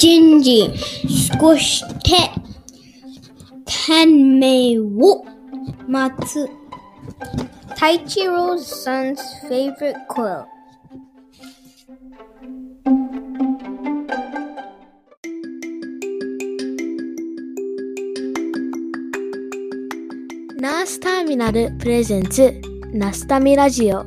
人事少して天命を待つ。Taichiro's son's favorite quilt. NAS ターミナルプレゼンツナスタミラジオ。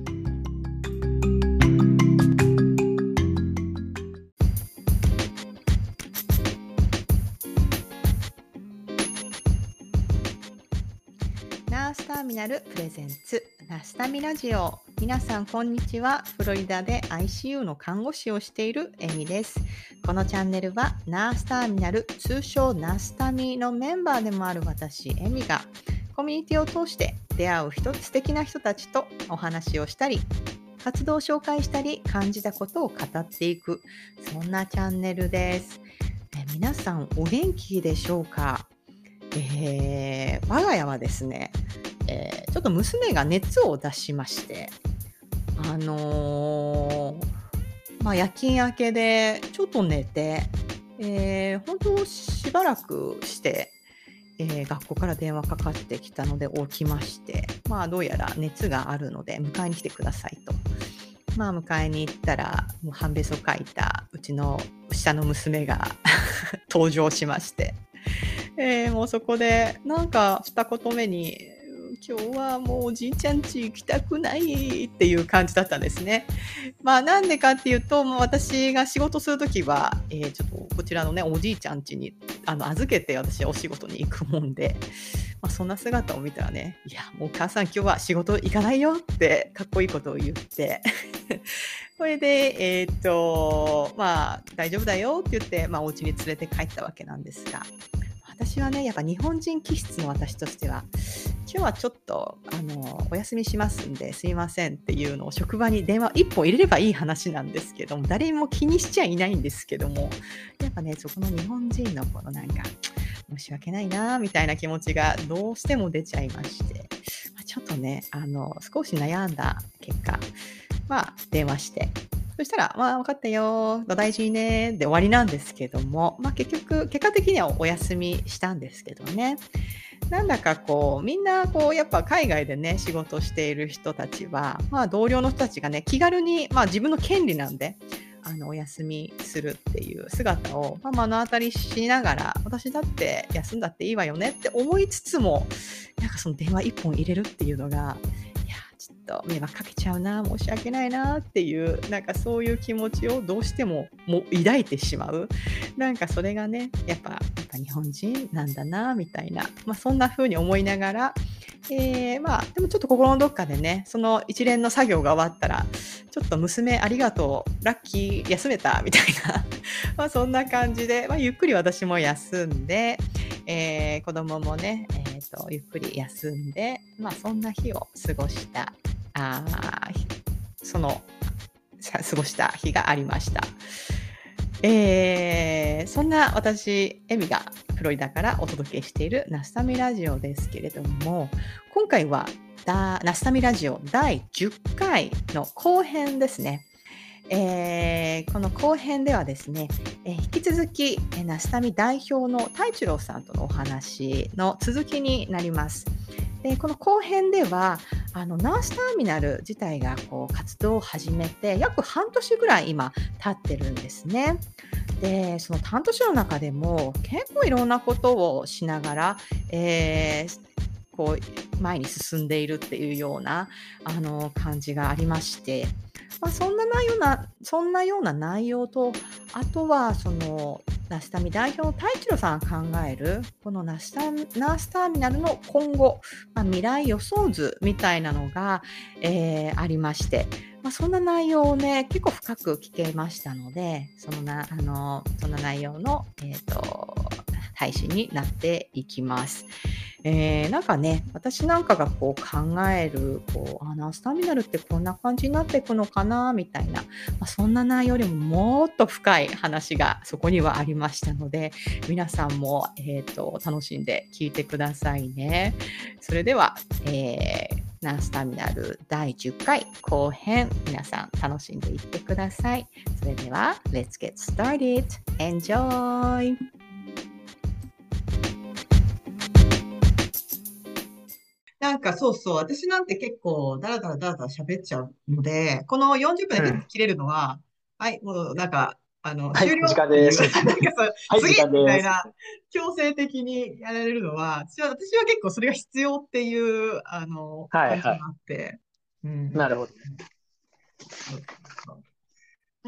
ナースターミナルプレゼンツナスタミラジオ。皆さんこんにちは。フロリダで ICU の看護師をしているエミです。このチャンネルはナースターミナル、通称ナスタミのメンバーでもある私エミがコミュニティを通して出会う素敵な人たちとお話をしたり、活動を紹介したり、感じたことを語っていく、そんなチャンネルです。皆さんお元気でしょうか？我が家はですね、ちょっと娘が熱を出しまして、夜勤明けでちょっと寝て、本当しばらくして、学校から電話かかってきたので起きまして、どうやら熱があるので迎えに来てくださいと。迎えに行ったらもう半べそかいたうちの下の娘が登場しまして、もうそこでなんか二言目に今日はもうおじいちゃん家行きたくないっていう感じだったんですね。なんでかっていうと、もう私が仕事するときは、ちょっとこちらのねおじいちゃん家に預けて私お仕事に行くもんで、そんな姿を見たらね、いやもうお母さん今日は仕事行かないよってかっこいいことを言ってそれで大丈夫だよって言って、お家に連れて帰ったわけなんですが、私はねやっぱ日本人気質の私としては、今日はちょっとお休みしますんですいませんっていうのを職場に電話一本入れればいい話なんですけども、誰も気にしちゃいないんですけども、やっぱねそこの日本人のこのなんか申し訳ないなみたいな気持ちがどうしても出ちゃいまして、ちょっとね少し悩んだ結果、電話して、そしたら分かったよお大事にねで終わりなんですけども、結果的にはお休みしたんですけどね、なんだかみんなやっぱ海外でね仕事している人たちは、同僚の人たちがね気軽に、自分の権利なんでお休みするっていう姿を、目の当たりしながら、私だって休んだっていいわよねって思いつつも、なんかその電話一本入れるっていうのが、ちょっと迷惑かけちゃうな、申し訳ないなっていう、なんかそういう気持ちをどうしても抱いてしまう。なんかそれがね、やっぱ日本人なんだなみたいな、そんな風に思いながら、でもちょっと心のどっかでね、その一連の作業が終わったら、ちょっと娘ありがとう、ラッキー、休めたみたいな、そんな感じで、ゆっくり私も休んで、子供もね、ゆっくり休んで、そんな日を過ごした過ごした日がありました。そんな私エミがフロリダからお届けしているナスタミラジオですけれども、今回はナスタミラジオ第10回の後編ですね。この後編ではですね、引き続きナスタミ代表の太一郎さんとのお話の続きになります。でこの後編ではナースターミナル自体が活動を始めて約半年ぐらい今経ってるんですね。でその半年の中でも結構いろんなことをしながら、前に進んでいるっていうような感じがありまして、そんなような内容と、あとはそのナスタミ代表の太一郎さんが考えるこのナースターミナルの今後、未来予想図みたいなのが、ありまして、そんな内容をね結構深く聞けましたので、そんな内容の、配信になっていきます。なんかね、私なんかが考えるナースターミナルってこんな感じになっていくのかなみたいな、そんな内容よりももっと深い話がそこにはありましたので、皆さんも、楽しんで聞いてくださいね。それでは、 ナスタミナル第10回後編、皆さん楽しんでいってください。それでは Let's get started! Enjoy! なんかそうそう、私なんて結構ダラダラダラダラ喋っちゃうので、この40分でピッと切れるのは、はい、もうなんか、 はい、 終了時間っていう、 です。 なんかそう、 はい、 次時間です。 みたいな、強制的にやられるのは、私は結構それが必要っていう、 はい、はい。 感じがあって、うん。 なるほど。 そうそうそう。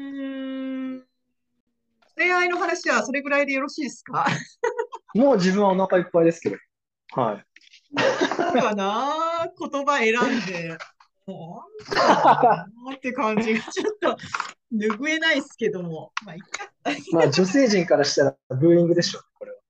恋愛の話はそれぐらいでよろしいですか？ もう自分はお腹いっぱいですけど。はい。 いいかな、言葉選んで。もうなんだろうなって感じがちょっと拭えないですけども。まあ、いっか。 まあ、女性陣からしたらブーイングでしょう、これは。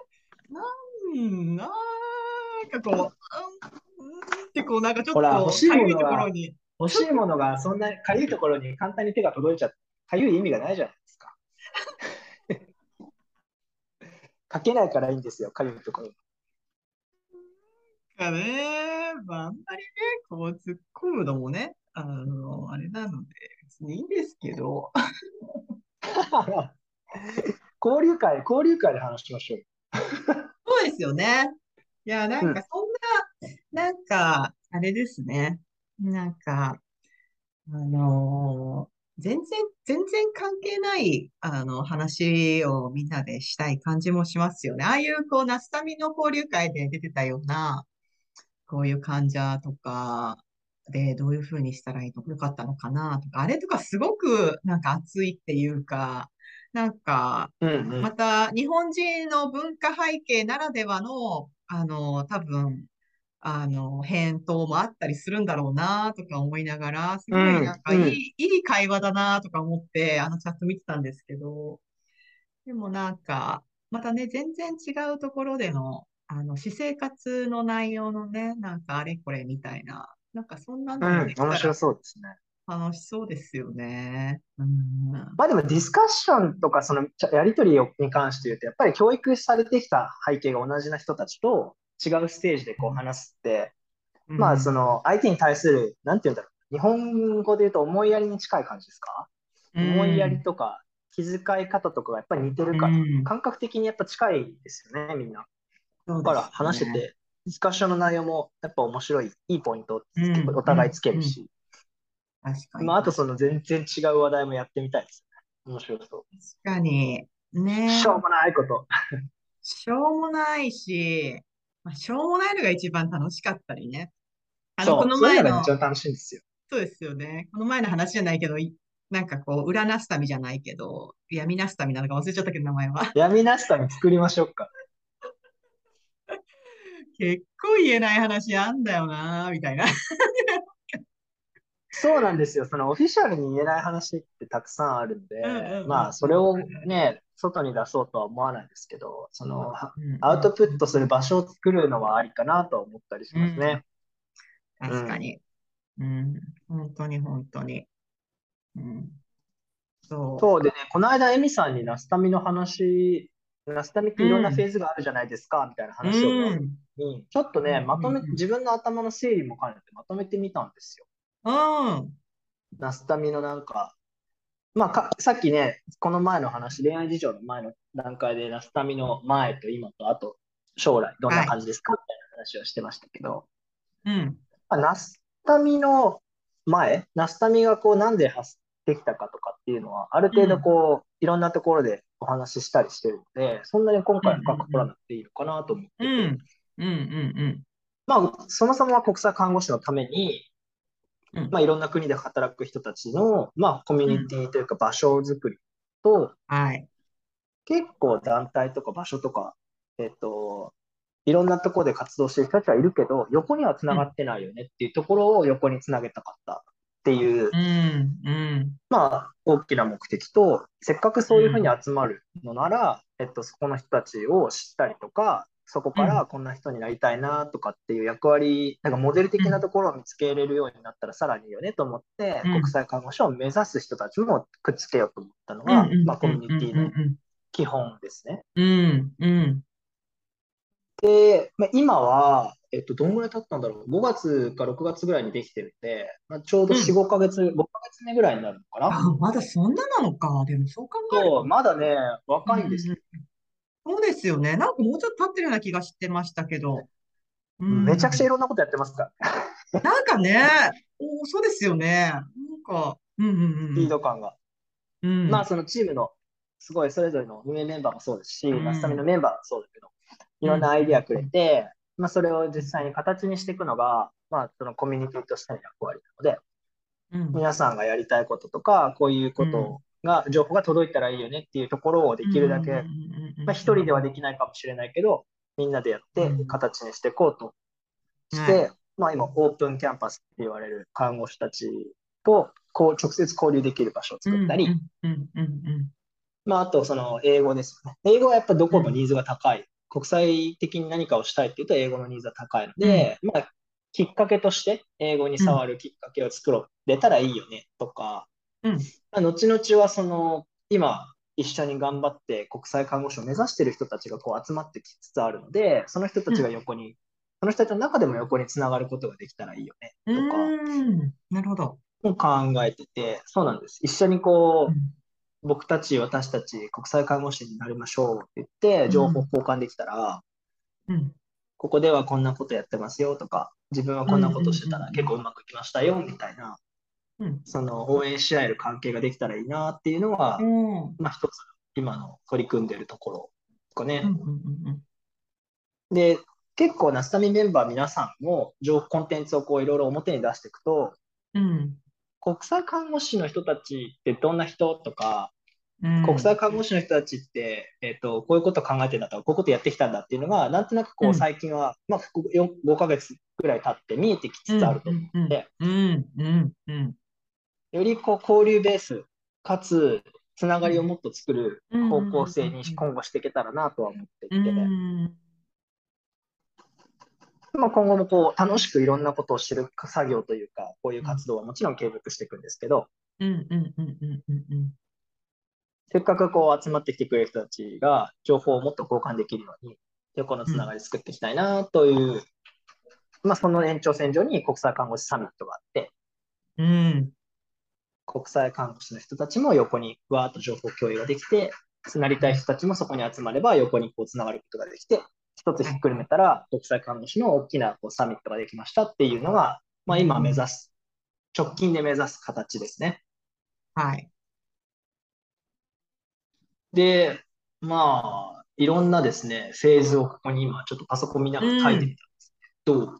なんかこう、ってこう、なんかちょっほら、 とかゆいところに、ちょっ欲しいものがそんなかゆいところに簡単に手が届いちゃって、かゆい意味がないじゃないですか。かけないからいいんですよ、かゆいところに。 とね、まあ、あんまりね、こう突っ込むのもね、あれなので、別にいいんですけど、 交流会で話しましょうよ。 そうですよね。いや、なうん。 んかそんなんか、あれですね。なんか、全然関係ない、話をみんなでしたい感じもしますよね。ああいう、こう、ナスタミの交流会で出てたような、こういう患者とかでどういうふうにしたらよかったのかなとか、あれとかすごくなんか熱いっていうか、なんか、 うんうん。 また日本人の文化背景ならではの、多分、返答もあったりするんだろうなとか思いながら、すうごいなんんうん。 いい会話だなとか思って、チャット見てたんですけど、でもなんか、またね、全然違うところでの、私生活の内容のね、なんかあれこれみたいな、なんかそんなのもうん。面白できたらそうですね。 楽しそうですよね。うん。 まあでもディスカッションとかそのやりとりに関して言うと、やっぱり教育されてきた背景が同じな人たちと違うステージでこう話すって、まあそうん。 の相手に対する、なんて言うんだろう。日本語で言うと思いやりに近い感じですか？ う思いやりん。 とか気遣い方とかがやっぱり似てるうから、 ん。 感覚的にやっぱ近いですよね、みんな。 そうでだからすね。 話してて、ディスカッションの内容もやっぱ面白い、いいポイントをうん。 お互いつうん。うん。 けるし、 確かに、 まああと確かその全然違う話題もやってみたいですよね。面白そう。 に。確かに。ね。 しょうもないこと。 しょうもないし、まあ、しょうもないのが一番楽しかったりね。こそう、 のそういう前の、 のが一番楽しいんですよ。 そうですよね。この前の話じゃないけど、なんかこう、裏ナスタミじゃないけど、闇ナスタミなのか忘れちゃったけど、名前は。 闇なしさに作りましょうか。 結構言えない話あんだよな、みたいな。 そうなんですよ。そのオフィシャルに言えない話ってたくさんあるんで、 うんうんうまあ、 んうん。 それをね、外に出そうとは思わないですけど、その、 うんアウトプットするうん場所を作るのはありかなと思ったりしうんうん。うん。 ますね。うん。 確かに。うん。本当に本当に。うん。そそうでね、この間、エミさんにナスタミの話、ナスタミっう。 ていろんなフェうん。 ーズがあるじゃないですか、みたいなう話をね、 ん。 ちょっとね、 うんうん自分の頭の整理も兼ねてまとめてみたんですよ。 うん。うん。 ナスタミのなんか、まあさっきね、この前の話、恋愛事情の前の段階で、ナスタミの前と今と、あと将来どんなはい。 感じですかみたいな話をしてましたけど、 うん。 ナスタミの前、ナスタミがこうなんで発してきたかとかっていうのは、ある程度うん。 こう、いろんなところでお話ししたりしてるので、そんなに今うん。 回深く掘らうん。 なくていいのかなと思っうてて、 ん。うん。うん。うん。 まあ、そもそもは国際看護師のために、 うん。 まあ、いろんな国で働く人たちの、まあ、コミュうん。 ニティというか場所づくりと、 はい。 結構団体とか場所とか、いろんなところで活動してる人たちはいるけど、横にはつなうん。 がってないよねっていうところを横につなげたかったっていう、 うん。うん。 まあ、大きな目的と、せっかくうそういうふうにん。 集まるのなら、そこの人たちを知ったりとか、そこうん。 からこんな人になりたいなとかっていう役割、なんかモデル的なところを見つけれるようになったらさらにいいよねと思って、 うん。 国際看護師を目指す人たちもくっつけようと思ったのうん。 が、まあ、 うん。 コミュうん。うん。 ニティのうん。 基本ですね。 うん。うん。 で、まあ、今は、 どんぐらい経ったんだろう。5月か6月ぐらいにできてるんで、まあ、ちょうど4、 うん。 5ヶ月、5ヶ月目ぐらいになるのかな。 あ、まだそんななのか。でもそう考えるそう、 と。 まだね、 うん若いんですよ。 うんうん。そうですよね。なんかもうちょっと経ってるような気がしてましたけど。うめちゃくちゃいん。 ろんなことやってますから。 なんかね、そうですよね。なんか、うんスピーうんド感が。 うんうん。うん。 まあ、そのチームの、すごいそれぞれの運営メンバーもそうですし、 うナスタミのん。 メンバーもそうだけど、いろんなうん。 アイディアくれうん。 て、まあ、それを実際に形にしていくのが、まあ、そのコミュニティとしての役割なので、 うん。 皆さんがやりたいこととか、こういううん。 ことが、情報が届いたらいいよねっていうところをでうんうんうんきるだけ、まあ、一人ではでうんきないかもしれないけど、みんなでやってうんうん形にしていこうとうん。はい。 して、まあ、今、オープンキャンパスって言われる看護師たちとこう直接交流できる場所をうんう作ったり、 んうんうんまあ、あと、その英語ですよね。英語はやっぱどうん。 こもニーズが高い。国際的に何かをしたいっていうと、英語のニーズが高いのうんで、まあ、きっかけとして英語にうん触るきっかけを作れたらいいよねとか、 うんまあ、後々はその、今、一緒に頑張って国際看護師を目指している人たちがこう集まってきつつあるので、その人たちが横に、その人たちの中でも横につながることができたらいいよねうとかん。なるほど。 も考えてて、そうなんです。一緒にこうんう、私たち国際看護師になりましょうって言って、情報うん交換できたら、 うんここではこんなことやってますよとか、自分はうんうんこんなことしてたら結構うまくいきましたよみたいな、 うんその応援し合える関係ができたらいいなっていうのは、 うんうんまあ一つ今の取り組んでるところですかね。 うんうんで、結構ナスタミメンバー皆さんも情報コンテンツをこういろいろ表に出していくと、 うん国際看護師の人たちってどんな人とか、 うん国際看護師の人たちって、こういうこと考えてんだとか、こういうことやってきたんだっていうのが、なんとなくこううん最近は、まあ、5ヶ月ぐらい経って見えてきつつあると思うので、よりこう交流ベース、かつ、つながりをもっと作る方向性に今後していけたらなとは思っていて、まあ、今後もこう楽しくいろんなことをしてる作業というか、こういう活動はもちろん継続していくんですけど、せっかくこう集まってきてくれる人たちが情報をもっと交換できるように、横のつながり作っていきたいなという、まあ、その延長線上に国際看護師サミットがあって、国際看護師の人たちも横にわーっと情報共有ができて、なりたい人たちもそこに集まれば横にこうつながることができて、一つひっくるめたら国際看護師の大きなこうサミットができましたっていうのが、まあ、今目指す、直近で目指す形ですね。 はい。 で、まあ、いろんなですね、フェーズをここに今ちょっとパソコン見ながら書いてみたんですけど、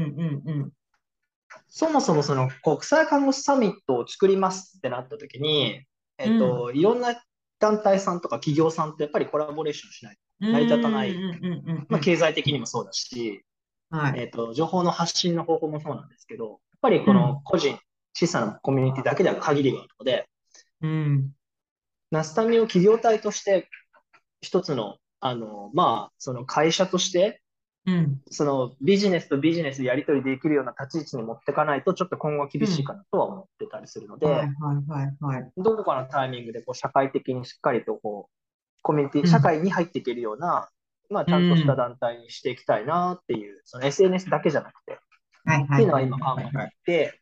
そもそもその国際看護師サミットを作りますってなった時に、いろんな団体さんとか企業さんとやっぱりコラボレーションしないと成り立たない、まあ、経済的にもそうだし、情報の発信の方法もそうなんですけど、やっぱりこの個人、小さなコミュニティだけでは限りがあるので、ナスタミを企業体として一つの、まあ、その会社として、そのビジネスとビジネスやり取りできるような立ち位置に持っていかないと、ちょっと今後は厳しいかなとは思ってたりするので、どこかのタイミングでこう社会的にしっかりとこう、コミュニティ、社会に入っていけるような、まあ、ちゃんとした団体にしていきたいなっていう、その SNS だけじゃなくて、っていうのは今考えていて、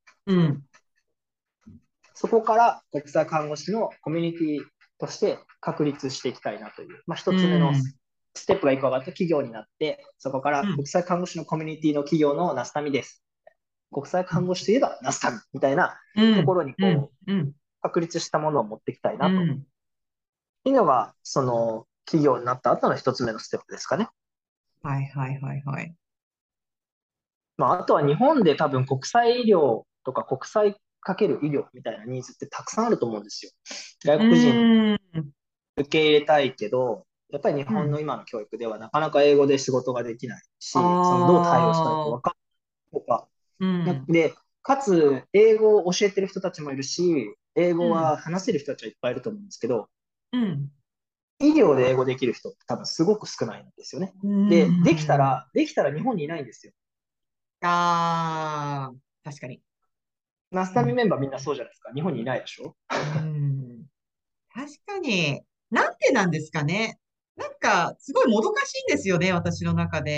そこから国際看護師のコミュニティとして確立していきたいなという、まあ、一つ目のステップが一個上がった企業になって、そこから国際看護師のコミュニティの企業のナスタミです。国際看護師といえばナスタミみたいなところにこう、確立したものを持っていきたいなというのが、その企業になった後の一つ目のステップですかね。まあ、あとは日本で多分国際医療とか国際かける医療みたいなニーズってたくさんあると思うんですよ。外国人受け入れたいけど、やっぱり日本の今の教育ではなかなか英語で仕事ができないし、そのどう対応したらいいか分かんないとか。で、かつ英語を教えてる人たちもいるし、英語は話せる人たちはいっぱいいると思うんですけど、医療で英語できる人って多分すごく少ないんですよね。で、できたら日本にいないんですよ。 確かに。 ナスタミメンバーみんなそうじゃないですか。日本にいないでしょ。 確かに。なんでなんですかね。なんか、すごいもどかしいんですよね、私の中で。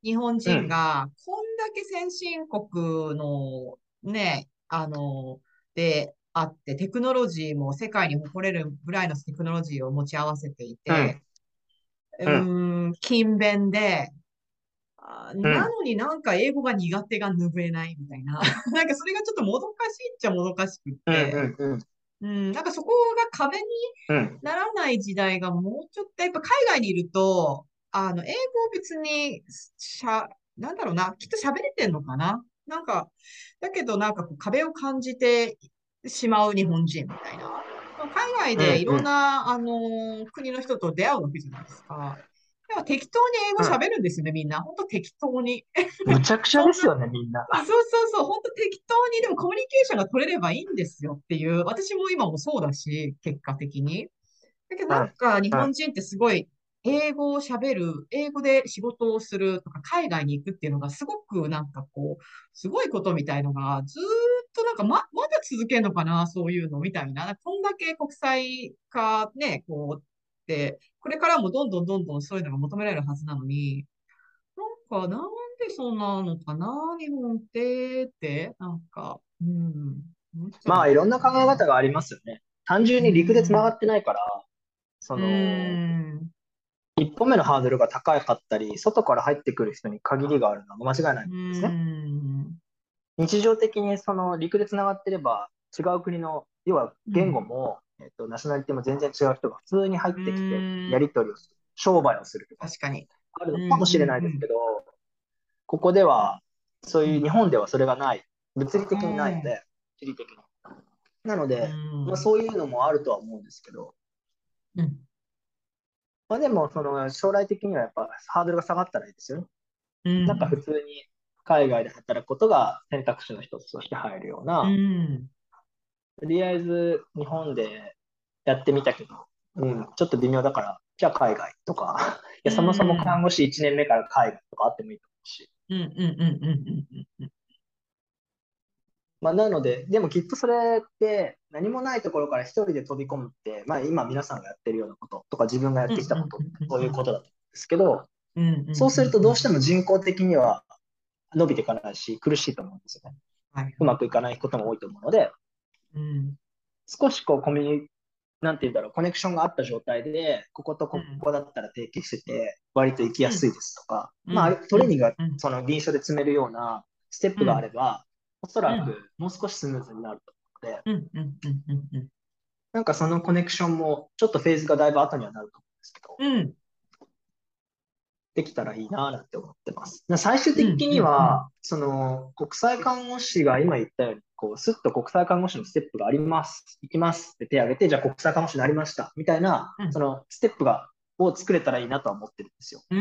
日本うん、 人が、こんだけ先進国のね、であって、テクノロジーも世界に誇れるぐらいのテクノロジーを持ち合わせていうん、 て、 うん、 勤勉で、 うん、 なのになんか英語が苦手が拭えないみたいな。なんかそれがちょっともどかしいっちゃもどかしくっうん、 て、 うん、うん、 なんかそこが壁にうん、 ならない時代がもうちょっと、やっぱ海外にいると、英語を別になんだろうな、きっと喋れてんのかななんか、だけどなんかこう壁を感じてしまう日本人みたいな。海外うん、 でいろんうん。 な、国の人と出会うわけじゃないですか。でも適当に英語うん、 喋るんですよね、みんな。本当適当に。 むちゃくちゃそんなですよね、みんな。 そうそうそう、本当適当にでもコミュニケーションが取れればいいんですよっていう、私も今もそうだし、結果的に。だけどなんうん、 か日うん、 本人ってすごい英語を喋る、英語で仕事をするとか海外に行くっていうのがすごくなんかこう、すごいことみたいのがずーっとなんかまだ続けるのかな、そういうのみたいな。こんだけ国際化ね、こうって、これからもどんどんどんどんそういうのが求められるはずなのに、なんでそうなのかな、日本ってなんか、思っちゃうんまあ、いろんなですよ考え方ね。 がありますよね。単純うに陸で繋がん、 ってないから、そうの、 ん、 一歩目のハードルが高かったり、外から入ってくる人に限りがあるのは間違いないんうですね。 ん、 日常的にその陸で繋がってれば、違う国の、要はうん、 言語も、ナショナリティも全然違う人が普通に入っうてきて、 ん、 やり取りをする、商売をするとか、 確かに。 あるのうん、 かもしれないうん、 ですけど、ここでは、そううん、 いう日本ではそれがない。物理う的にないのん、 で、地理的に。なのうで、まあ、 ん、 そういうのもあるとは思うんですけど、 うん、 まあ、でも、その将来的にはやっぱハードルが下がったらいいですよね。なんか普通に海外で働くことが選択肢の一つとして入るよううな、 ん、 とりあえず日本でやってみたけど、ちょっと微妙だから、じゃあ海外とか、いうや、そもそも看ん、 護師1年目から海外とかあってもいいと思うし。 うん、うん、うん、うん、うん、うん、 まあ、なので、でもきっとそれって何もないところから一人で飛び込むって、まあ今皆さんがやってるようなこととか自分がやっうん、 てきたこと、 うん、 そういうことだと思うんですけど、 うん、うん、うん、 そうするとうん、 どうしても人口的には伸びていかないし、苦しいと思うんですよね。 はい、 うはい、はい。 まくいかないことも多いと思うので、 うん、 少しこうなんて言うんだろう、コネクションがあった状態で、こことこうん、 こだったら提携してて、割と行きやうん、 すいですとか、まあ、 うん、うん、 トレーニングがうん、 その臨床で積めるようなステップがあうん、 れば、おそらうん、 くもう少しスムーズになると思うので、 うん、うん、うん、うん、うん、 なんかそのコネクションも、ちょっとフェーズがだいぶ後にはなると思うんですけど、 うん、 できたらいいななんて思ってます。最終うん、 的にうん、うん、 は、その国際看護師が今言ったように、こう、スッと国際看護師のステップがあります。行きますって手を挙げて、じゃあ国際看護師になりました。みたいな、そのステップを作れたらいいなとは思ってるんですよ。 うん、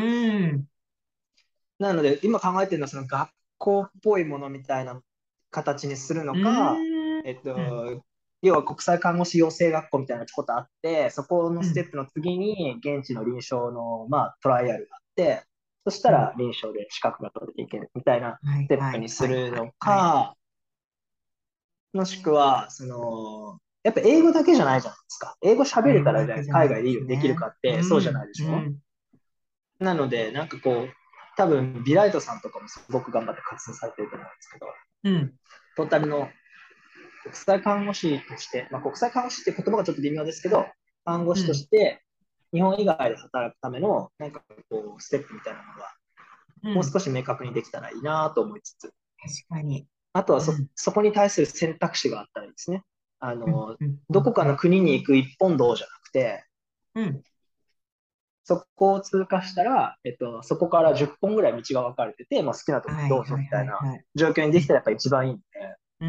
なので、今考えてるのはその学校っぽいものみたいな形にするのうか、 ん、 えっうん、 と、要は国際看護師養成学校みたいなのがちょこっとあって、そこのうん、 ステップの次に現地の臨床の、まあ、トライアルがあって、そしたうん、 ら臨床で資格が取れていけるみたいなはい、 ステップにはい、はい、はい、 するのはい。 か、もしくは、その、やっぱ英語だけじゃないじゃないですか。英語喋れたら英語だけじゃないで海外でいいよ、できるすね。 かっうてそうじゃなん、 いでしょ。 うん、 なので、なんかこう、多分ビライトさんとかもすごく頑張って活動されてると思うんですけど、 うん、 トータルの国際看護師として、まあ、国際看護師っていう言葉がちょっと微妙ですけど、看護師とうん、 して日本以外で働くためのなんかこうステップみたいなのがもううん、 少し明確にできたらいいなと思いつつ、 確かに。 あとはうん、 そこに対する選択肢があったらいいですね。 うん、うん、うん、 どこかの国に行く一本道じゃなくて、 うん、 そこを通過したら、そこから10本ぐらい道が分かれてて、まあ、好きなとこはい、 どうぞはい、はい、 みたいなはい。 状況にできたらやっぱ一番いいんで、 うん。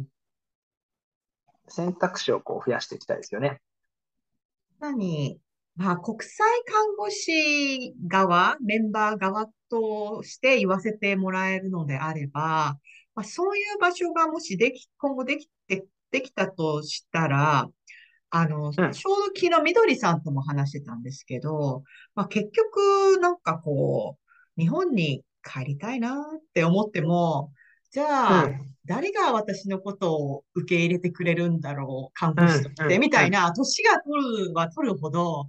選択肢をこう増やしていきたいですよね。 何まあ、国際看護師側、メンバー側として言わせてもらえるのであれば、まあ、そういう場所がもし今後できたとしたら、 うん。 ちょうど昨日みどりさんとも話してたんですけど、まあ、結局、なんかこう、日本に帰りたいなって思っても、じゃあ、 うん。 誰が私のことを受け入れてくれるんだろう、看うん。 護師として、 うん。うん。 みたいな、年が取るは取るほど、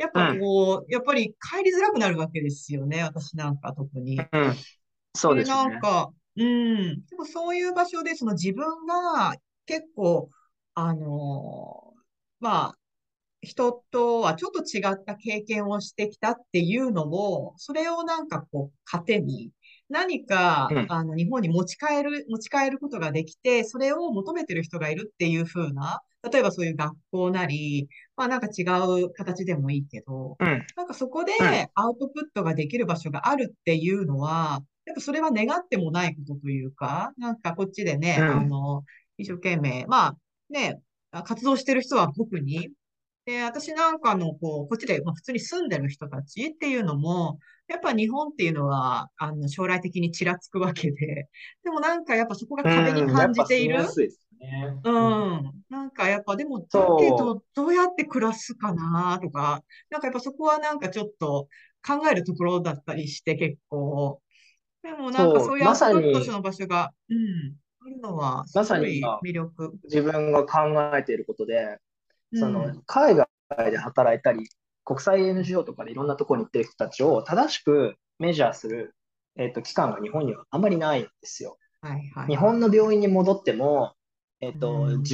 やっぱうん、 こう、やっぱり帰りづらくなるわけですよね。私なんか特に。 うん、そうで、 ですよね。 でもそういう場所でその自分が結構、あのまあ、人とはちょっと違った経験をしてきたっていうのも、それをなんかこう、糧に、何か、 うん、 日本に持ち帰ることができて、それを求めてる人がいるっていう風な、例えばそういう学校なり、まあなんか違う形でもいいけど、 うん、 なんかそこでうん、 アウトプットができる場所があるっていうのは、やっぱそれは願ってもないことというか、なんかこっちでね、 うん、 一生懸命、まあね、活動してる人は特に、で、私なんかの、こう、こっちで、まあ、普通に住んでる人たちっていうのも、やっぱ日本っていうのは、将来的にちらつくわけで、でもなんかやっぱそこが壁にうん、や感っぱ住みやじている。 すいですね。 ううん、 ん。なんかやっぱでも、だけそど、どうやって暮らすかなとか、なんかやっぱそこはなんかちょっと考えるところだったりして結構。でもなんかそういうアまウトプットさに、 の場所が、あるのはすまさごいに今、 魅力。 自分が考えていることで、その、 うん。 海外で働いたり、国際 NGO とかでいろんなところに行ってる人たちを正しくメジャーする、機関が日本にはあんまりないんですよ。 はいはい日はいはい。 本の病院に戻っても、 うん。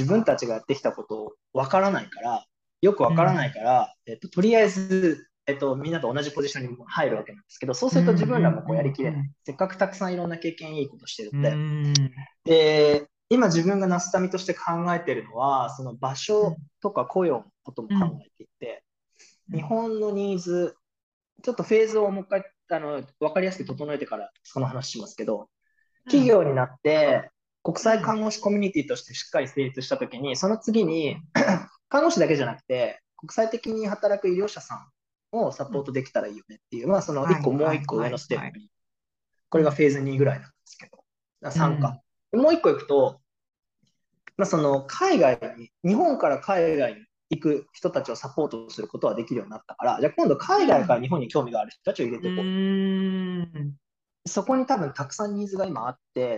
自分たちがやってきたことをわからないから、よくわからないうん。 から、とりあえず、みんなと同じポジションに入るわけなんですけど、そうすると自うん、 分らもこうやりきれない。 うん、 せっかくたくさんいろんな経験いいことしてるうので。 ん、 で、今自分がナスタミとして考えているのは、その場うん、 所とか雇用のことも考うん、 えていて、日うん、 本のニーズ、ちょっとフェーズをもう一回、わかりやすく整えてからその話しますけど、企うん、 業になって国うん、 際看護師コミュニティとしてしっかり成立したときに、その次に看護師だけじゃなくて、国際的に働く医療者さんをサうん。 ポートできたらいいよねっていう、まあ、その1個、 はい、 もうはい、 1個上のはい、はい。 ステップに、こうん、 れがフェーズ2ぐらいなんですけど、3か。 うん、 もう1個行くと、まあ、その海外に、日本から海外に行く人たちをサポートすることはできるようになったから、じゃあ今度海外からうん、 日本に興味がある人たちを入れうていこう。 ーん、 そこに多分たくさんニーズが今あって、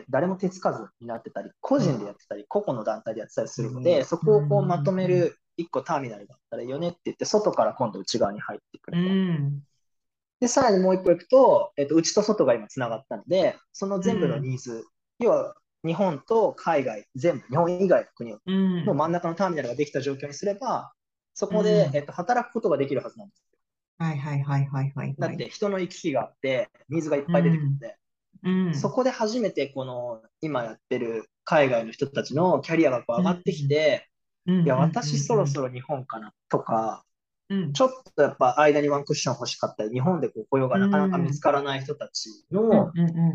誰も手つかずになってたり、個うん、 人でやってたり、個々の団体でやってたりすうるので、そこをこうまとめん、 る一個ターミナルがあったらいいよねって言って、外から今度内側に入ってくうれば。 ん、 で、さらにもう一個行くと、内と外が今つながったので、その全部のうん、 ニーズ、要は日本と海外、全部、日本以外の国うん、 の真ん中のターミナルができた状況にすれば、そうこで、 ん。 働くことができるはずなんです。 はい、はい、はい、はい、はい、はい。 だって人の行き来があって、ニーズがいっぱい出てくるのうん、 で、 うん、 そこで初めてこの今やってる海外の人たちのキャリアがこううん、 上がってきて、 うん、 いや、 うん、う私そろん、 そろ日本かなとか、 うん、 ちょっとやっぱ間にワンクッション欲しかったり、日本でこう雇用がうなかなか見つん、 からない人たちうん、 の、 うん、うん。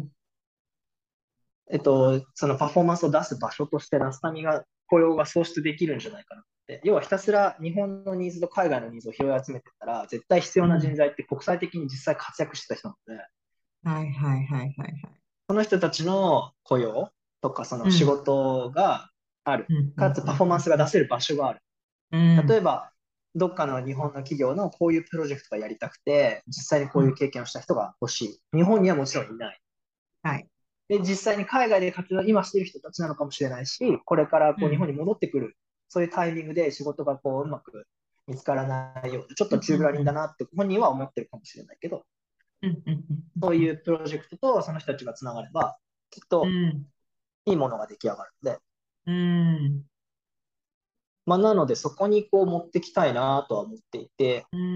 そのパフォーマンスを出す場所としてラスタミが雇用が創出できるんじゃないかなって。要はひたすら日本のニーズと海外のニーズを拾い集めてったら、絶対必要な人うん。 材って国際的に実際活躍してた人なので、 はい、はい、はい、はい、はい。 その人たちの雇用とかその仕うん、 事がある。 うん、うん、 かつパフォーマンスがうん、 出せる場所がある。 うん、うん。 例えば、どっかの日本の企業のこういうプロジェクトがやりたくて、実際にこういううん。 経験をした人が欲しい。日本にはもちろんいない。 はい。 で、実際に海外で活動、今している人たちなのかもしれないし、これからこう日本うん。 に戻ってくる、そういうタイミングで仕事がこううまく見つからないようで、ちょっうん、うん、 と宙ぶらりうん。 んだなって本人は思ってるかもしれないけど、 うん、うん、 そううん。 いうプロジェクトとその人たちがつながれば、きっとうん、 いいものが出来上がるので、 うん、 まあ、なのでそこにこう持ってきたいなとは思っていて、 うん、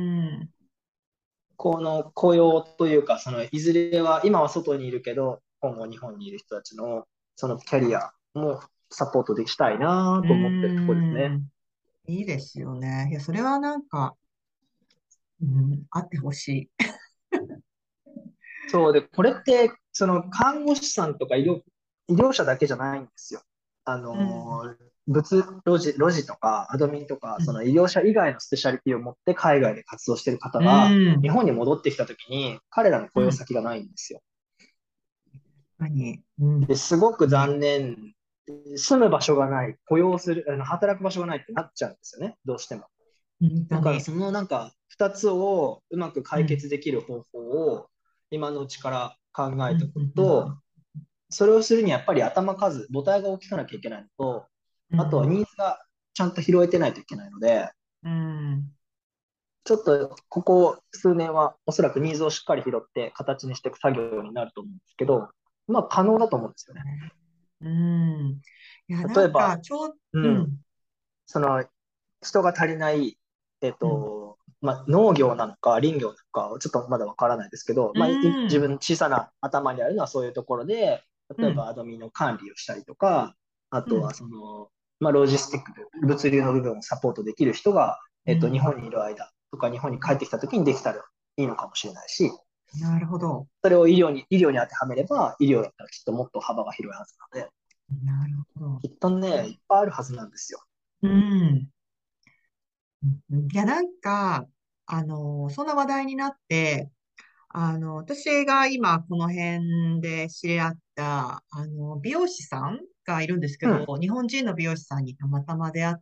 この雇用というか、そのいずれは、今は外にいるけど、今後日本にいる人たちのそのキャリアもサポートできたいなうと思ってるところですね。 ん。いいですよね。いや、それはなんか、うん、あってほしい。 そうで、これって、その看護師さんとか医療者だけじゃないんですよ。 うん、 ロジとかアドミンとか、 うん、 その医療者以外のスペシャリティを持って海外で活動している方うが、日ん、 本に戻ってきたときに、彼らの雇用うん。 先がないんですよ。 何うん、 で、すごくうん。 残念。住む場所がない、雇用する、働く場所がないってなっちゃうんですよね、どうしても。 本当に。 だからそのなんか2つをうまく解うん、 決できる方法を今のうちから考うん、 えておくうん、うん、 と、それをするにはやっぱり頭数、母体が大きくなきゃいけないのと、あとはうん、 ニーズがちゃんと拾えてないといけないので、 うん、 ちょっとここ数年はおそらくニーズをしっかり拾って形にしていく作業になると思うんですけど、まあ可能だと思うんですよね。 うん。いや、な例えば、 んか、 うん、 うん、 その人が足りない、 うん、 まあ、農業なのか林業なのかちょっとまだわからないですけど、 うまあ、自ん、 分の小さな頭にあるのはそういうところで、例えばうん、 アドミの管理をしたりとか、あとはうん、 まあ、ロジスティックで物流の部分をサポートできる人が、日うん。 本にいる間とか日本に帰ってきた時にできたらいいのかもしれないし、 なるほど。 それを医療に当てはめれば、医療だったらきっともっと幅が広いはずなので、 なるほど。 きっとね、いっぱいあるはずなんですよ。 うん。いや、なんか、そんな話題になって、私が今この辺で知り合った、美容師さんがいるんですけど、 うん。 日本人の美容師さんにたまたま出会って、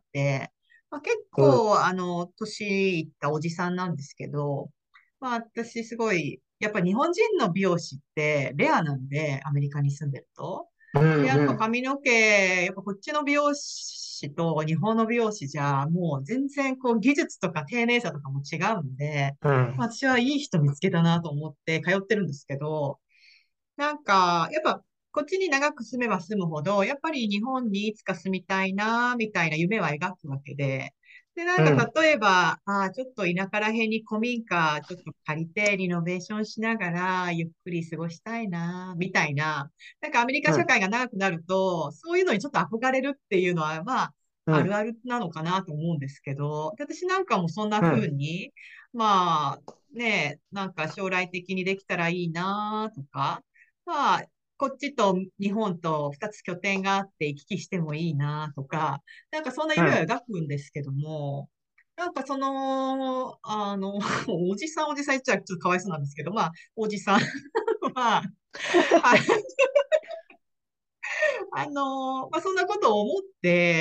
まあ、結うん。 構、年いったおじさんなんですけど、まあ、私すごい、やっぱ日本人の美容師ってレアなんで、アメリカに住んでると。 うん。 で、やっうん。 ぱ髪の毛、やっぱこっちの美容師と日本の美容師じゃ、もう全然こう技術とか丁寧さとかも違うんで、 うん。 まあ私はいい人見つけたなと思って通ってるんですけど、なんか、やっぱこっちに長く住めば住むほど、やっぱり日本にいつか住みたいな、みたいな夢は描くわけで、で、なんかうん。 例えば、ちょっと田舎ら辺に古民家ちょっと借りてリノベーションしながらゆっくり過ごしたいな、みたいな、なんかアメリカ社うん。 会が長くなると、そういうのにちょっと憧れるっていうのは、まあ、 うん。 あるあるなのかなと思うんですけど、で私なんかもそんなうん。 風に、まあ、ね、なんか将来的にできたらいいなとか、まあ、こっちと日本と二つ拠点があって行き来してもいいなとか、なんかそんな夢はうん。 描くんですけども、なんかおじさんおじさん言っちゃちょっとかわいそうなんですけど、まあ、おじさんは、あまあ、そんなことを思って、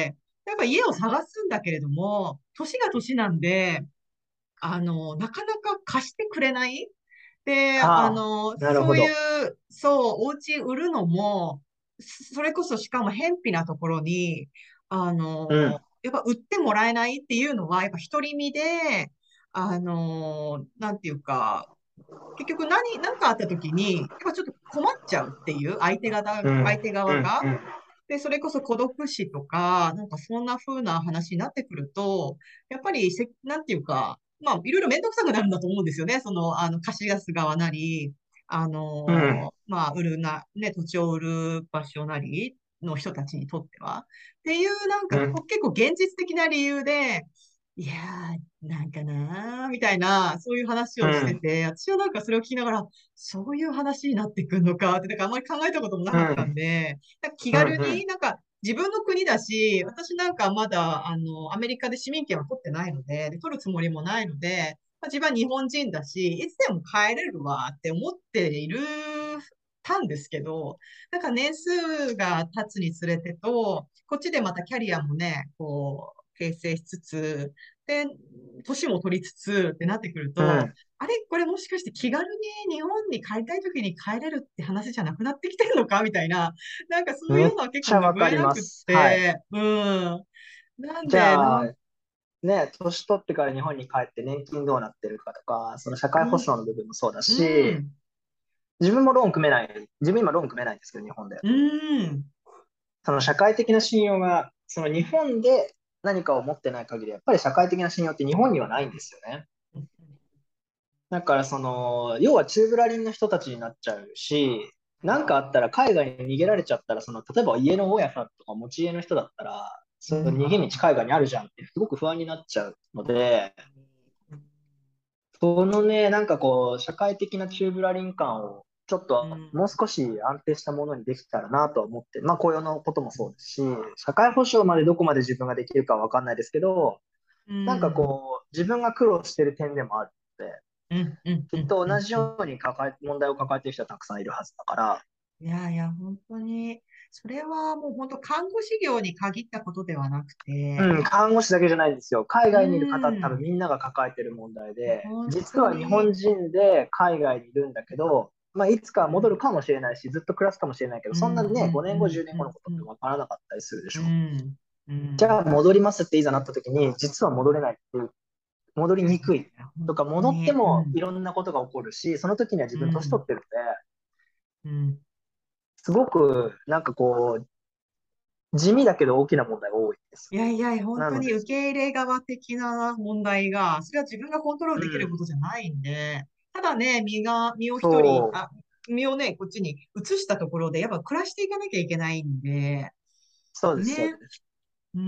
やっぱ家を探すんだけれども、年が年なんで、なかなか貸してくれない。で、 はあ、なるそういほど。 う、そう、お家売るのも、それこそしかも偏僻なところに、 うん。 やっぱ売ってもらえないっていうのは、やっぱ独り身で、なんていうか、結局なんかあった時に、やっぱちょっと困っちゃうっていう、 うん。 相手側うん。 が。 うん。 で、それこそ孤独死とか、なんかそんな風な話になってくると、やっぱりなんていうか、まあ、いろいろめんどくさくなるんだと思うんですよね。貸し出す側なり、 うん。 まあ、ね、土地を売る場所なりの人たちにとっては。っていう、なんか、 うん。 結構現実的な理由で、いやなんかなー、みたいな、そういう話をしてうん。 て、私はなんかそれを聞きながら、そういう話になってくんのかって、なんかあんまり考えたこともなかったんうん。 で、なんか気うん。 軽に、なんか自分の国だし、私なんかまだ、アメリカで市民権は取ってないので、取るつもりもないので、まあ、自分は日本人だし、いつでも帰れるわって思ってたんですけど、なんか年数が経つにつれてと、こっちでまたキャリアもね、こう、形成しつつ、で、年も取りつつってなってくると、 うん。 あれこれもしかして気軽に日本に帰りたい時に帰れるって話じゃなくなってきてるのかみたいな、なんかそういめっうのは結構ちゃわか拭えなくっります。はい。 て、うん。なんじで、 ゃあ、ね、年取ってから日本に帰って年金どうなってるかとか、その社会保うん、 障の部分もそうだうし、 ん、 自分もローン組めない、自分今ローン組めないんですけど、日本で。 うん、 その社会的な信用が、その日本で何かを持ってない限り、やっぱり社会的な信用って日本にはないんですよね。だから要は宙ぶらりんの人たちになっちゃうし、なんかあったら海外に逃げられちゃったら、例えば家の大家さんとか持ち家の人だったら、そのうん、 逃げ道海外にあるじゃんってすごく不安になっちゃうので、そのね、なんかこう、社会的な宙ぶらりん感を、ちょっとうん、 もう少し安定したものにできたらなとは思って、まあ雇用のこともそうですし、社会保障までどこまで自分ができるかはわかんないですけど、 うなんかん、 こう、自分が苦労してる点でもあるので、 うん、うん、うん、 きっとうん。 同じように問題を抱えている人はたくさんいるはずだから、 いやいや、本当に、それはもう本当看護師業に限ったことではなくて、 うん、看護師だけじゃないんですよ。海う外にいる方、多分ん、 みんなが抱えてる問題で、 本実は日当に、 本人で海外にいるんだけど、まあ、いつか戻るかもしれないし、ずっと暮らすかもしれないけど、 うん、 そんなね、 うん、 5年後、 うん、 10年後のことってうん、 分からなかったりするでしうょ。 ん、うん、 じゃあ戻りますっていざなった時に、実は戻れないっていう戻りにくいとか、戻ってね、 もいろんなことが起こるし、その時には自分年取ってるので、 うん、 すごくなんかこう、地味だけど大きな問題が多いです。 いやいや、本なので、 当に受け入れ側的な問題が、それは自分がコントロールできるうん、 ことじゃないんで、ただね、身を一人、 そう、 身をね、こっちに移したところで、やっぱ暮らしていかなきゃいけないんで、 そうです、そうね、 です。 うん、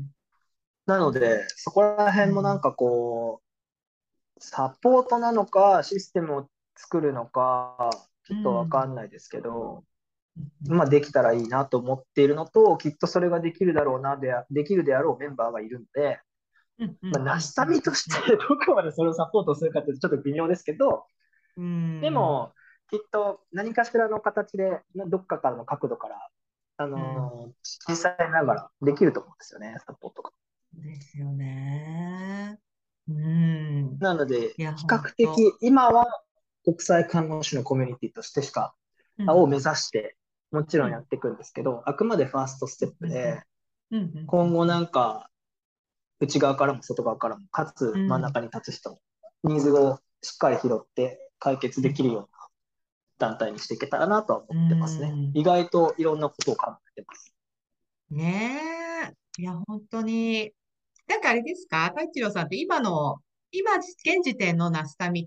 なので、そこらうん、 辺もなんかこう、サポートなのか、システムを作るのか、ちょっとわうん、 かんないですけど、 うん、 まあ、できたらいいなと思っているのと、きっとそれができるだろうなできるであろうメンバーがいるので、 うん、うまあ、 ん、うん、 ナシタミとしてどこまでそれをサポートするかってちょっと微妙ですけど、 うん、 でも、きっと何かしらの形で、どっかからの角度から、 うん、 小さいながらできると思うんですよね、サポートが。 ですよね。うん。 なので、 いや、 比較本当。 的、今は国際看護師のコミュニティとしてしか、 うん、 を目指して、もちろんやうん、 っていくんですけど、あくまでファーストステうん、 ップうん、 で、 うん、うん、 今後なんか、内側からも外側からも、かつうん、うん、 真ん中に立つ人、ニーズをしっかり拾って解決できるような団体にしていけたらなとは思うってますね。 ん。 意外といろんなことを考えてます。 ねえ。いや、本当に。なんかあれですか太一郎さんって現時点のナスタミって、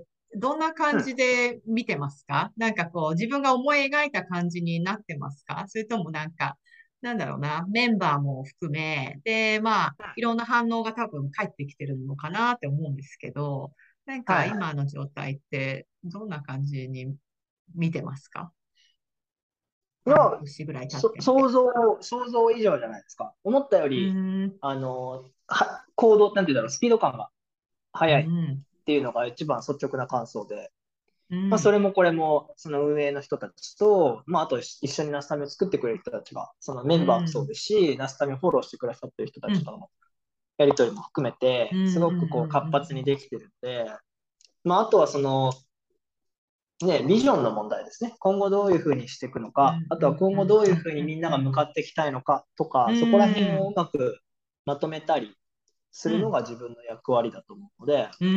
どんな感じうん。 で見てますか？なんかこう、自分が思い描いた感じになってますか？それともなんか、なんだろうな、メンバーも含め、で、まあ、いろんな反応が多分返ってきてるのかなって思うんですけど、なんかはいはい。 今の状態ってどんな感じに見てますか？半いや、 年ぐらい経ってみて。 想像以上じゃないですか。思ったようり、 ーん、 行動、なんていうんだろう、スピード感がう速いっん、 ていうのが一番率直な感想で、まあ、そうん、 れもこれも、その運営の人たちと、まあ、あと一緒にナスタミを作ってくれる人たちが、そのメうンバーもそうん、 ですし、ナスタミをフォローしてくださってる人たうん、 ちとのやりとりも含めて、 うん、うん、 すごくこう活発にできてるんで、まあ、あとはその、ね、ビジョンの問題ですね。今後どういうふうにしていくのか、 うん、 あとはうん、うん、 今後どういううん、 ふうにみんなうん、 が向かっていきたいのかとうか、そこら辺をん、 うまくまとめたりするのうん、 が自分の役割だと思うので、 うん、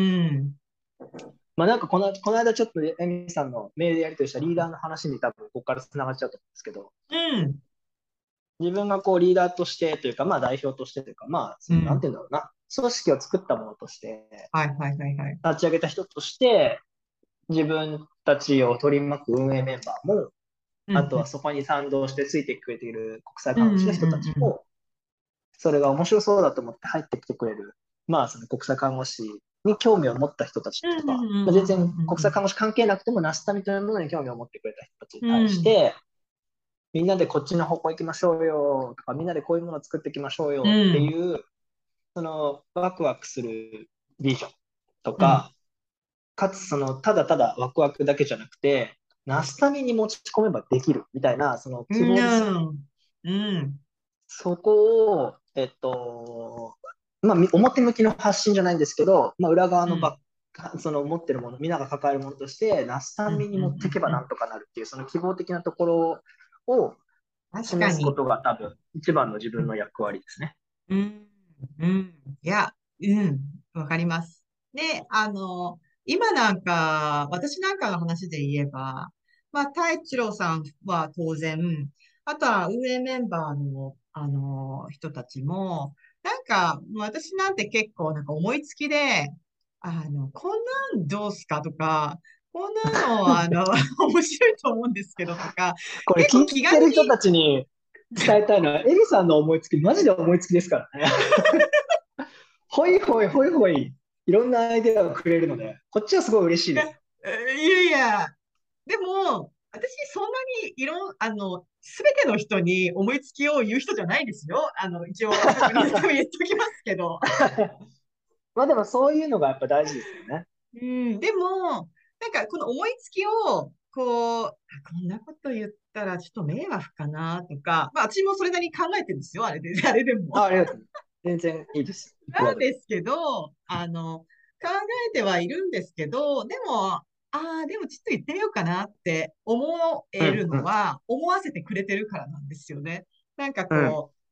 まあ、なんかこの間ちょっとエミさんのメールでやり取りしたリーダーの話に多分ここからつながっちゃうと思うんですけど、 うん、 自分がこうリーダーとしてというか、まあ代表としてというか、まあそのなんうん。 ていうんだろうな、組織を作ったものとしてはい、はい、はい、はい。 立ち上げた人として、自分たちを取り巻く運営メンバーも、 うん、 あとはそこに賛同してついてくれている国際うん、 看護師のうん、 人たちうん、 も、それが面白そうだと思って入ってきてくれる、まあその国際看護師に興味を持った人たちうん、うん、 とか、 うん、 まあ、全うん、 然国際うん、 看護師関係なくてもナスタミというものに興味を持ってくれた人たちにうん、 対うん、 して、みんなでこっちの方向行きましょうよとか、みんなでこういうものを作っていきましょううよってん、 いう、そのワクワクするビジョンとうん、 か、かつそのただただワクワクだけじゃなくて、ナスタミに持ち込めばできるみたいな、そのう希望ですよね。 ん、うん、 そこを、まあ、表向きの発信じゃないんですけど、まあ、裏側うん、 のその持ってるもの、みんなが抱えるものとして、ナスタうん、 ミに持っていけばうん。 なんとかなるっていう、その希望的なところを示すこ確かに。 とが多分一番の自分の役割ですね。 うん、うん。いや、うん、わかります。で、今なんか、私なんかの話で言えば、まあ、太一郎さんは当然、あとは運営メンバーの、人たちも、なんか、私なんて結構なんか思いつきで、こんなんどうすかとか、こんなの、面白いと思うんですけどとか、 これ結構聞いてる人気軽にたちに伝えたいのは、エミさんの思いつき、マジで思いつきですからね。ほいほいほいほい、いろんなアイデアをくれるので、こっちはすごい嬉しいいや、 です。 いやいや、でも、私、そんなにすべての人に思いつきを言う人じゃないですよ。一応、確認のために言っときますけど。 まあでもそういうのがやっぱ大事ですよね。 うん、でも、なんか、この思いつきを、こんなこと言ったらちょっと迷惑かなとか、まあ、私もそれなりに考えてるんですよ、あれで、あれでも。 ありがとうございます。全然いいです。いくらでも。 なんですけど、考えてはいるんですけど、でもちょっと言ってみようかなって思えるうんうんのは、思わせてくれてるからなんですよね。なんかうん。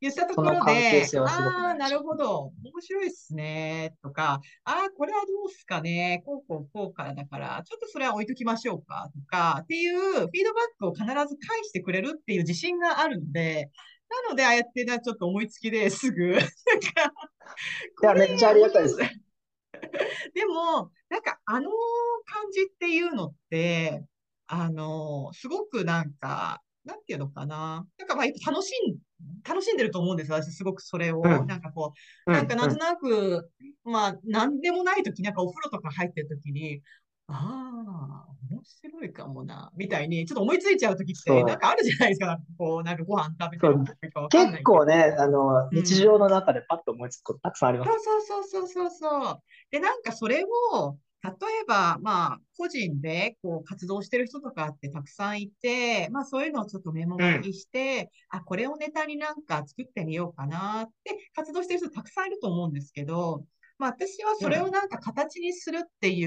言ったとこそのろで、 関係性はすごくああ、な大事。 るほど。面白いっすね。とか、ああ、これはどうっすかね。こうこうこうからだから、ちょっとそれは置いときましょうか。とか、っていうフィードバックを必ず返してくれるっていう自信があるので、なので、ああやってちょっと思いつきですぐ、なんか、 いや、 これめっちゃあり面がたいです。 白い。でも、なんかあの感じっていうのって、すごくなんか、なんていうのかな。なんかまあ、楽しんでると思うんですよ。私すごくそれを。 うん、 なんかこう、 うん、うん。 なんとなく、まあ、なんでもない時、なんかお風呂とか入ってる時に、ああ、面白いかもな、みたいに、ちょっと思いついちゃう時って、なんそう、 かあるじゃないですか。なんかこう、なんかご飯食べてるそう。 時かわかん結ないけど。 構ね、日うん。 常の中でパッと思いつくことたくさんあります。 そうそうそうそうそうそう。で、なんかそれを、例えば、まあ、個人でこう活動してる人とかってたくさんいて、まあそういうのをちょっとメモうん、 書きして、あ、これをネタになんか作ってみようかなって活動してる人たくさんいると思うんですけど、まあ私はそれをうん、 なんか形にするっていう、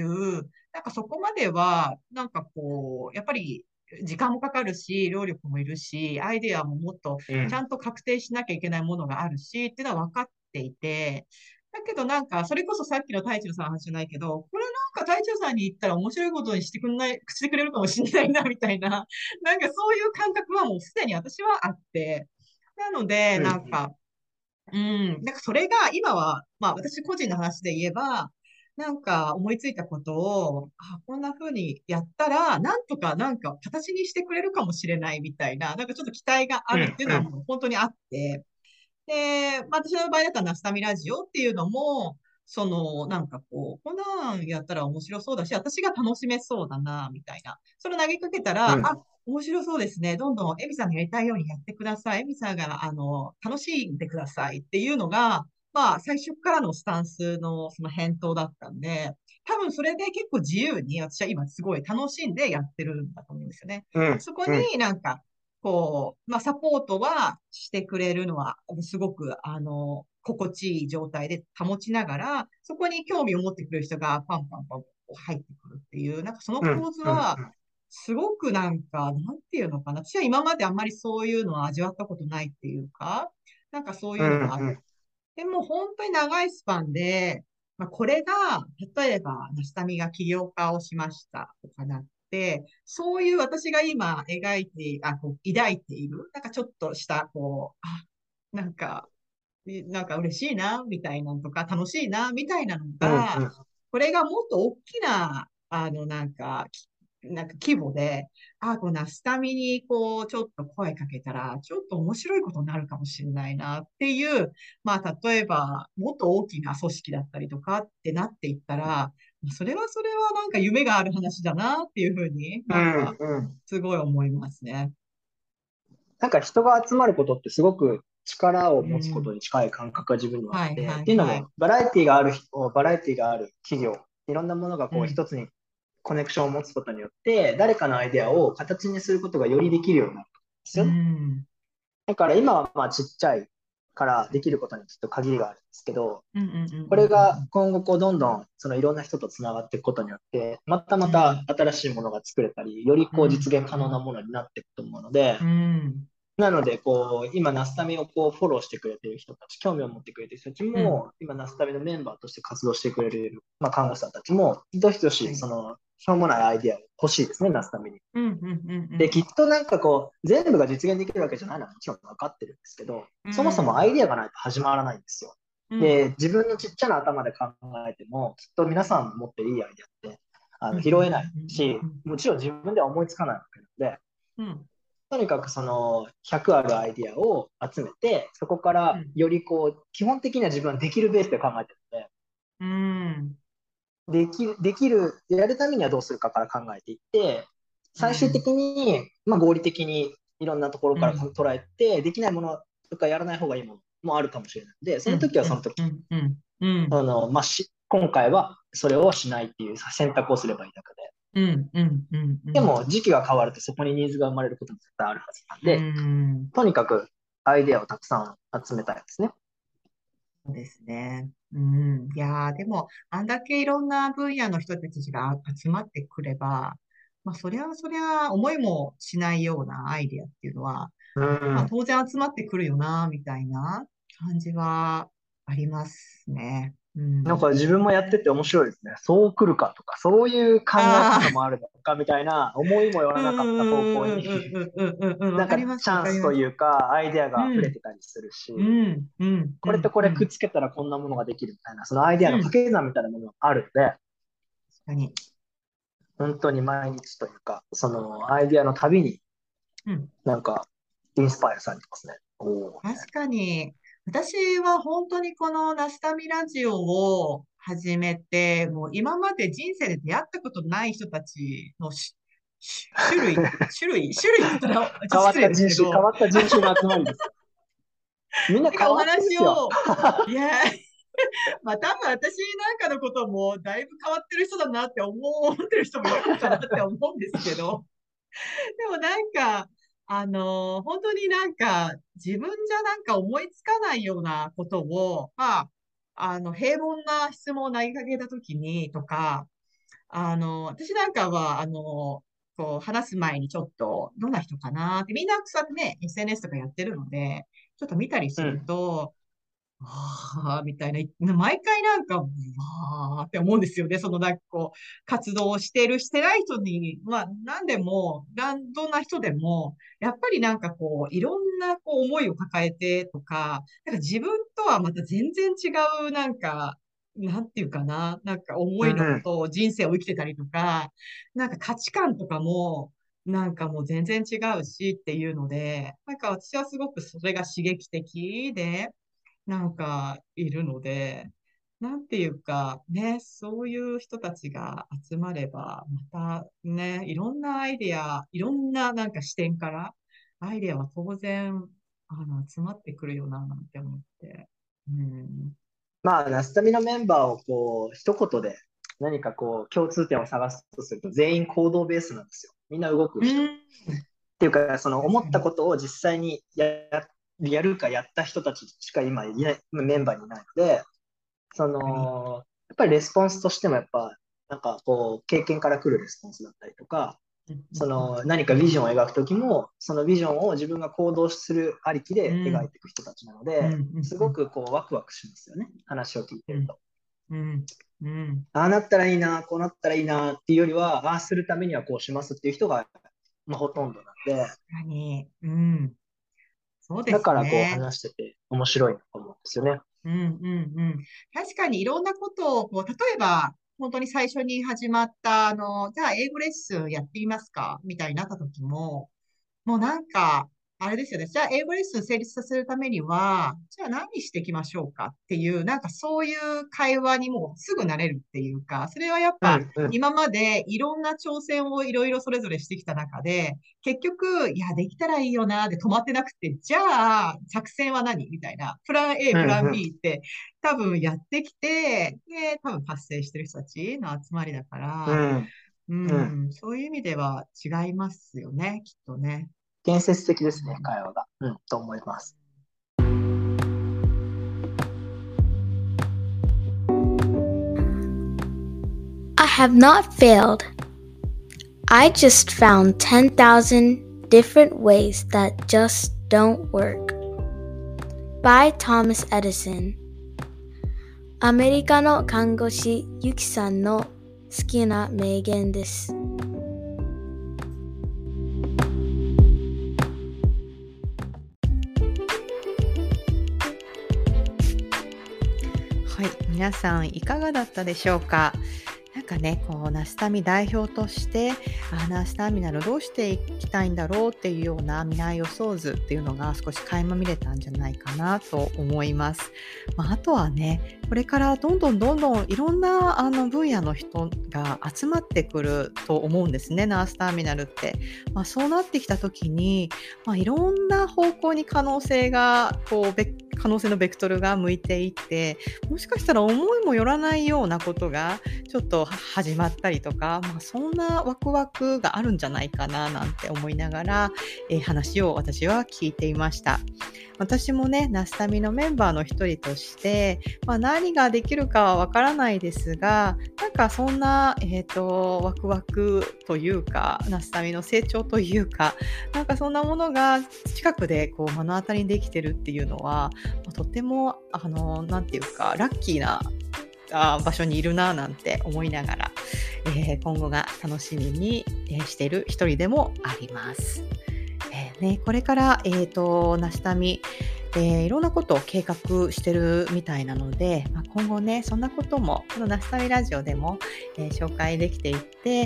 なんかそこまでは、なんかこう、やっぱり時間もかかるし、労力もいるし、アイデアももっとうん、 ちゃんと確定しなきゃいけないものがあるし、っていうのは分かっていて、だけどなんか、それこそさっきの太一郎さんの話じゃないけど、これなんか太一郎さんに言ったら面白いことにしてくんない、してくれるかもしれないな、みたいな、なんかそういう感覚はもうすでに私はあって、なので、 うん、 なんか、なんかそれが今は、まあ私個人の話で言えば、なんか思いついたことを、あ、こんな風にやったら、なんとかなんか形にしてくれるかもしれないみたいな、なんかちょっと期待があうん、 るっていうのはうん、 もう本当にあって、で、まあ、私の場合だったらナスタミラジオっていうのも、なんかこう、こんなんやったら面白そうだし、私が楽しめそうだな、みたいな。それを投げかけたら、あ、 うん、 面白そうですね。どんどんエミさんがやりたいようにやってください。エミさんが、楽しんでくださいっていうのが、まあ、最初からのスタンスのその返答だったんで、多分それで結構自由に私は今すごい楽しんでやってるんだと思うんですよね。 うん、 そこうん、 になんか、こう、まあ、サポートはしてくれるのは、すごく、心地いい状態で保ちながら、そこに興味を持ってくれる人がパンパンパン入ってくるっていう、なんかそのうん、 構図うん、 は、すごくなんか、なんていうのかな。私は今まであんまりそういうのを味わったことないっていうか、なんかそううん、 いうのがあっうん、 でも本当に長いスパンで、まあ、これが、例えば、ナスタミが起業家をしましたとかなって、そういう私が今描いて、こう抱いている、なんかちょっとした、こう、なんか、なんか嬉しいな、みたいなのとか、楽しいな、みたいなのうん、 が、 うん。 これがもっと大きな、なんか規模で、こうナスタミにこう、ちょっと声かけたら、ちょっと面白いことになるかもしれないなっていう、まあ、例えば、もっと大きな組織だったりとかってなっていったら、それはなんか夢がある話だなっていうふうにうなんか、 んうん。 すごい思いますね。 なんか人が集まることってすごく力を持つことうん。 に近い感覚が自分にはあっはいて、 はいはい。 っていうのも、バラエティがある人、バラエティがある企業、いろんなものがうん。 こう一つにコネクションを持つことによって、誰かのアイデアを形にすることがよりできるようになるんですうよね。 ん。 だから今はまあちっちゃいからできることにきっと限りがあるんですけど、 うんうんうんこれがうん今後こうどんどんそのいろんな人とつながっていくことによって、またまたうん。 新しいものが作れたり、よりこううん。 実現可能なものになっていくと思うので、 うん。 なので、こう、今、ナスタミをこうフォローしてくれている人たち、興味を持ってくれている人たちうん。 も、今、ナスタミのメンバーとして活動してくれている、まあ、看護師さんたちも、どしどし、 はい。 しょうもないアイデアを欲しいですね、ナスタミに。 うんうんうんうで、 ん。 きっとなんかこう、全部が実現できるわけじゃないのはもちろん分かってるんですけど、 うそもそもアイん。 デアがないと始まらないんですよ。 うん。 で、自分のちっちゃな頭で考えても、きっと皆さん持っていいアイデアって、 うん。 拾えないし、 うん。 もちろん自分では思いつかないわけなので、 うん。 とにかくその100あるアイディアを集めて、そこからうん。 よりこう、基本的には自分はできるベースで考えてるうん。 ので、できる、やるためにはどうするかから考えていって、最終的に、まあ、合理的にいろんなところからうん。 捉えて、できないものとかやらない方がいいものもあるかもしれないので、そうん。 の時はうん。 その時、 うん。うん。うん。 まあ、今回はそれをしないっていう選択をすればいいだけで。 うん。うん。うん。うん。 でも時期が変わるとそこにニーズが生まれることも絶対あるはずなんうで、 ん。 とにかくアイデアをたくさん集めたいですね。 そうですね。うん。いやー、でも、あんだけいろんな分野の人たちが集まってくれば、まあ、そりゃ、思いもしないようなアイデアっていうのは、 当然集まってくるよな、みたいな感じはありますね。 なんか自分もやってて面白いですね。そう来るかとか、そういう考え方もあるのかみたいな、思いもよらなかった方向に、 わなんかチかります、わャンスとかります。 いうか、アイデアが溢れうん、 てたりするし、 うん、 これとこれくっつけたらこんなものができるみたいな、そのアイデアの掛け算みたいなものがあるので、 確かに。 本当に毎日というか、そのアイデアのたびにうん。 なんかインスパイアされてますね。 確かに、私は本当にこのナスタミラジオを始めて、もう今まで人生で出会ったことない人たちの種類って言ったらちょっと変わ失礼ですった人種、変けど、 わった人種の集まりですよ。みんななんかお変わってるんですよ。 話を、いや、まあ多分私なんかのこともだいぶ変わってる人だなって思ってる人もいるのかなって思うんですけど、でもなんか、本当になんか、自分じゃなんか思いつかないようなことを、平凡な質問を投げかけたときにとか、私なんかは、こう、話す前にちょっと、どんな人かなって、みんな草でね、SNS とかやってるので、ちょっと見たりするうん。 と、みたいな、毎回なんか、って思うんですよね。そのなんかこう、活動をしてる、してない人に、まあ、なんでも、どんな人でも、やっぱりなんかこう、いろんなこう思いを抱えてとか、なんか自分とはまた全然違う、なんか、なんていうかな、なんか思いのこうん。 とを人生を生きてたりとか、なんか価値観とかも、なんかもう全然違うしっていうので、なんか私はすごくそれが刺激的で、なんかいるので、なんていうか、ね、そういう人たちが集まれば、またね、いろんなアイデア、いろんななんか視点から、アイデアは当然、集まってくるよな、なんて思って。うん。 まあ、ナスタミのメンバーをこう、一言で何かこう、共通点を探すとすると、全員行動ベースなんですよ。みんな動く人。っうん。 ていうか、その思った確かに。 ことを実際にやるかやった人たちしか今いない、メンバーにいないので、そ確かに。 の、やっぱりレスポンスとしてもやっぱ、なんかこう、経験から来るレスポンスだったりとか、その何かビジョンを描くときも、そのビジョンを自分が行動するありきうん。 で描いていく人たちなのうん。 で、 うん。 すごくこうワクワクしますよね。話を聞いてうん。 ると。 うん。うん。 ああなったらいいな、こうなったらいいなっていうよりは、ああするためにはこうしますっていう人が、まあ、ほとんどなんで、 確かに。うん。そうでだからこうすね。 話してて面白いと思うんですよね。 うんうんうん。確かにいろんなことを、こう、例えば、本当に最初に始まった、じゃあ英語レッスンやってみますかみたいになった時も、もうなんか、あれですよね。じゃあ、英語レッスン成立させるためには、じゃあ何していきましょうかっていう、なんかそういう会話にもうすぐなれるっていうか、それはやっぱうんうん今までいろんな挑戦をいろいろそれぞれしてきた中で、結局、いや、できたらいいよな、で止まってなくて、じゃあ、作戦は何みたいな、プラン A、 うんプランうん B って多分やってきて、で、多分達成してる人たちの集まりだから、 うんうん。 そういう意味では違いますよね、きっとね。 建設的ですね、 うん会話が。と思います。 I have not failed. I just found 10,000 different ways that just don't work. By Thomas Edison. アメリカの看護師ユキさんの好きな名言です。 はい、皆さんいかがだったでしょうか。なんかね、こうナスタミ代表としてナスターミナルどうしていきたいんだろうっていうような未来予想図っていうのが少し垣間見れたんじゃないかなと思います。あとはね、これからどんどんいろんな分野の人が集まってくると思うんですね、ナースターミナルって。そうなってきた時に、いろんな方向に可能性がこう可能性のベクトルが向いていって、もしかしたら思いもよらないようなことがちょっと始まったりとか、そんなワクワクがあるんじゃないかななんて思いながら、話を私は聞いていました。私もね、ナスタミのメンバーの一人として、何ができるかはわからないですが、なんかそんな、ワクワクというか、ナスタミの成長というか、なんかそんなものが近くでこう目の当たりにできてるっていうのは、とてもなんていうかラッキーな場所にいるななんて思いながら、今後が楽しみにしている一人でもあります。これから、ナスタミ、いろんなことを計画してるみたいなので、今後ね、そんなこともこのナスタミラジオでも、紹介できていって、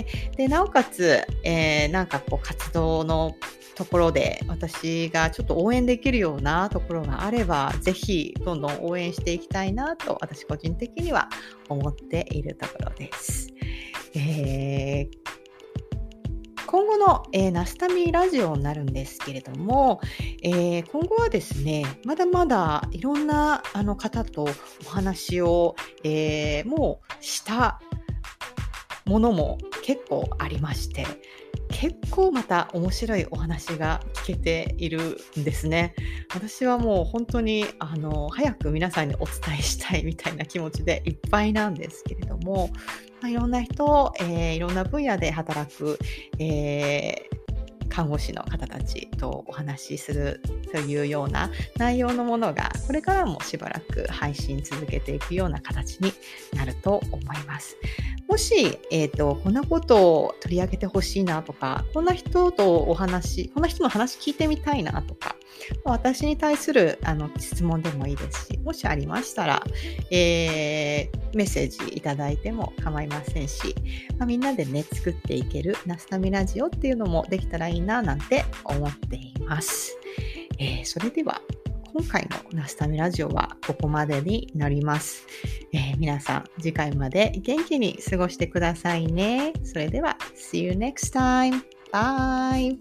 でなおかつ、なんかこう活動のところで私がちょっと応援できるようなところがあれば、ぜひどんどん応援していきたいなと私個人的には思っているところです。今後の、ナスタミラジオになるんですけれども、今後はですね、まだまだいろんな方とお話を、もうしたものも結構ありまして、結構また面白いお話が聞けているんですね。私はもう本当に早く皆さんにお伝えしたいみたいな気持ちでいっぱいなんですけれども、いろんな人、いろんな分野で働く、看護師の方たちとお話しするというような内容のものがこれからもしばらく配信続けていくような形になると思います。もし、こんなことを取り上げてほしいなとか、こんな人の話聞いてみたいなとか、私に対する質問でもいいですし、もしありましたら、メッセージいただいても構いませんし、みんなでね、作っていけるナスタミラジオっていうのもできたらいいななんて思っています。それでは今回のナスタミラジオはここまでになります。皆さん次回まで元気に過ごしてくださいね。それでは See you next time. Bye.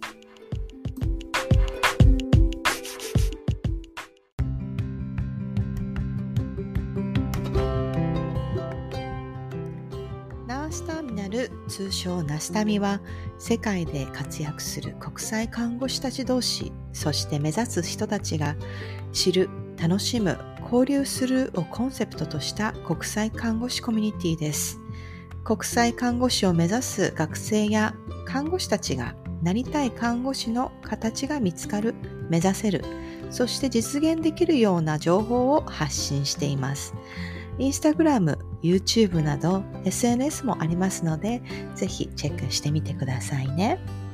ナースターミナル、通称ナスタミは世界で活躍する国際看護師たち同士、そして目指す人たちが知る、楽しむ、交流するをコンセプトとした国際看護師コミュニティです。国際看護師を目指す学生や看護師たちがなりたい看護師の形が見つかる、目指せる、そして実現できるような情報を発信しています。インスタグラム、YouTube など SNS もありますので、ぜひチェックしてみてくださいね。